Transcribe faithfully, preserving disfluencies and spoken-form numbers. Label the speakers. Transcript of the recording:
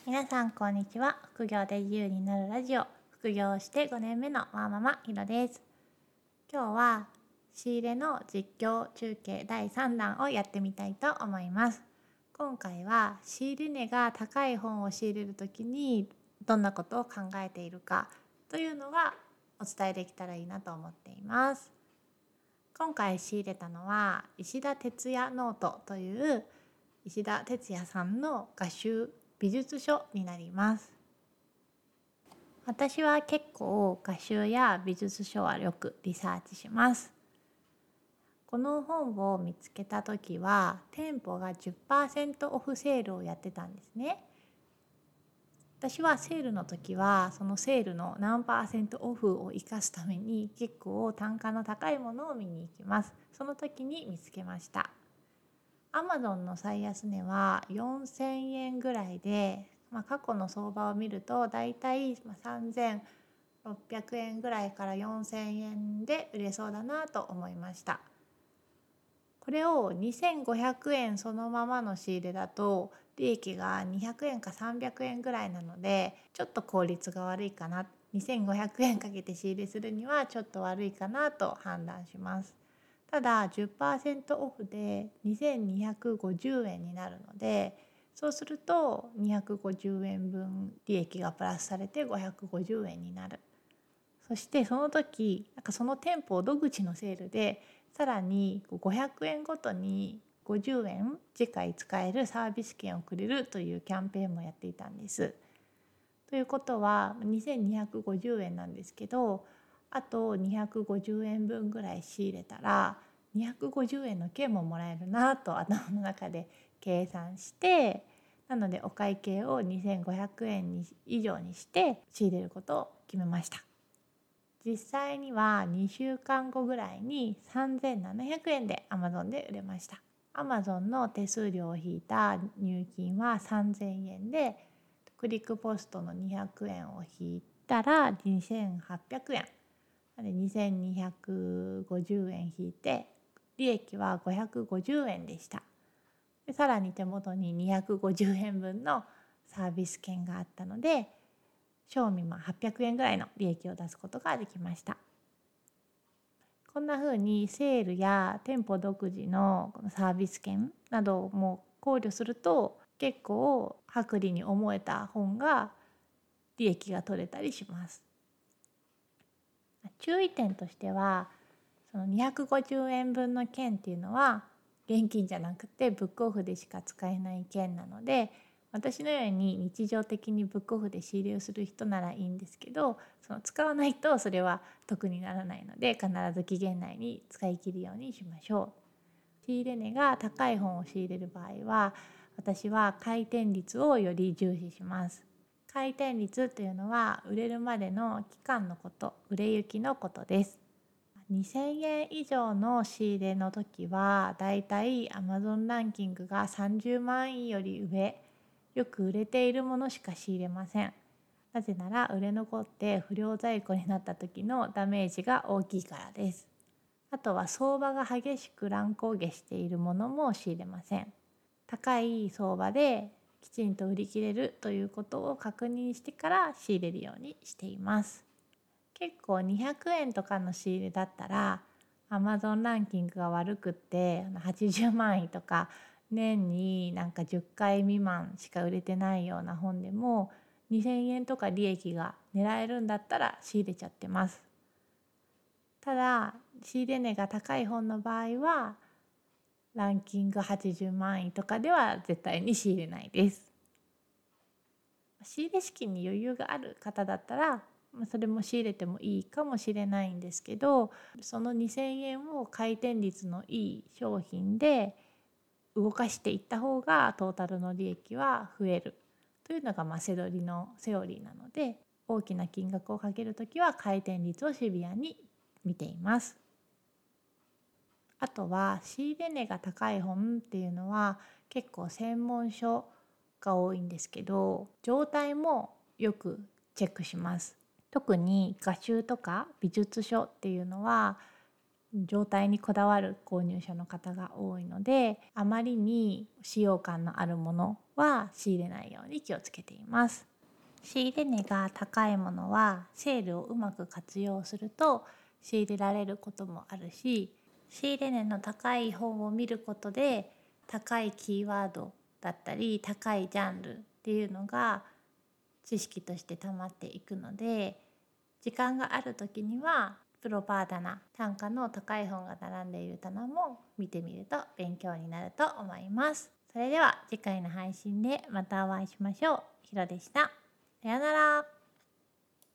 Speaker 1: 皆さんこんにちは。副業で自由になるラジオ、副業をしてごねんめのワーママひろです。今日は仕入れの実況中継だいさんだんをやってみたいと思います。今回は仕入れ値が高い本を仕入れるときにどんなことを考えているかというのがお伝えできたらいいなと思っています。今回仕入れたのは石田哲也ノートという石田哲也さんの画集美術書になります。私は結構画集や美術書はよくリサーチします。この本を見つけた時は店舗が じゅっパーセント オフセールをやってたんですね。私はセールの時はそのセールの何パーセントオフを生かすために結構単価の高いものを見に行きます。その時に見つけました。Amazon の最安値はよんせんえんぐらいで、まあ、過去の相場を見るとだいたいさんぜんろっぴゃくえんぐらいからよんせんえんで売れそうだなと思いました。これをにせんごひゃくえんそのままの仕入れだと利益がにひゃくえんかさんびゃくえんぐらいなのでちょっと効率が悪いかな、にせんごひゃくえんかけて仕入れするにはちょっと悪いかなと判断します。ただ じゅっパーセント オフでにせんにひゃくごじゅうえんになるので、そうするとにひゃくごじゅうえんぶん利益がプラスされてごひゃくごじゅうえんになる。そしてその時なんかその店舗戸口のセールでさらにごひゃくえんごとにごじゅうえん次回使えるサービス券をくれるというキャンペーンもやっていたんです。ということはにせんにひゃくごじゅうえんなんですけど、あとにひゃくごじゅうえんぶんぐらい仕入れたらにひゃくごじゅうえんの券ももらえるなと頭の中で計算して、なのでお会計をにせんごひゃくえんに以上にして仕入れることを決めました。実際にはにしゅうかんごぐらいにさんぜんななひゃくえんで Amazon で売れました。Amazon の手数料を引いた入金はさんぜんえんで、クリックポストのにひゃくえんを引いたらにせんはっぴゃくえんでにせんにひゃくごじゅうえん引いて利益はごひゃくごじゅうえんでした。でさらに手元ににひゃくごじゅうえんぶんのサービス券があったので賞味はっぴゃくえんぐらいの利益を出すことができました。こんな風にセールや店舗独自のサービス券なども考慮すると結構薄利に思えた本が利益が取れたりします。注意点としてはそのにひゃくごじゅうえんぶんの券っていうのは現金じゃなくてブックオフでしか使えない券なので、私のように日常的にブックオフで仕入れをする人ならいいんですけど、その使わないとそれは得にならないので必ず期限内に使い切るようにしましょう。仕入れ値が高い本を仕入れる場合は私は回転率をより重視します。回転率というのは売れるまでの期間のこと、売れ行きのことです。にせんえん以上の仕入れの時はだいたい Amazon ランキングがさんじゅうまんいより上、よく売れているものしか仕入れません。なぜなら売れ残って不良在庫になった時のダメージが大きいからです。あとは相場が激しく乱高下しているものも仕入れません。高い相場できちんと売り切れるということを確認してから仕入れるようにしています。結構にひゃくえんとかの仕入れだったら Amazon ランキングが悪くってはちじゅうまんいとか年になんかじゅっかい未満しか売れてないような本でもにせんえんとか利益が狙えるんだったら仕入れちゃってます。ただ仕入れ値が高い本の場合はランキングはちじゅうまんいとかでは絶対に仕入れないです。仕入れ資金に余裕がある方だったらそれも仕入れてもいいかもしれないんですけど、そのにせんえんを回転率のいい商品で動かしていった方がトータルの利益は増えるというのがまあセドリのセオリーなので、大きな金額をかけるときは回転率をシビアに見ています。あとは仕入れ値が高い本っていうのは結構専門書が多いんですけど、状態もよくチェックします。特に画集とか美術書っていうのは状態にこだわる購入者の方が多いので、あまりに使用感のあるものは仕入れないように気をつけています。仕入れ値が高いものはセールをうまく活用すると仕入れられることもあるし、仕入れ値の高い本を見ることで高いキーワードだったり高いジャンルっていうのが知識として溜まっていくので、時間がある時にはプロパー棚、単価の高い本が並んでいる棚も見てみると勉強になると思います。それでは次回の配信でまたお会いしましょう。ひろでした。さよなら。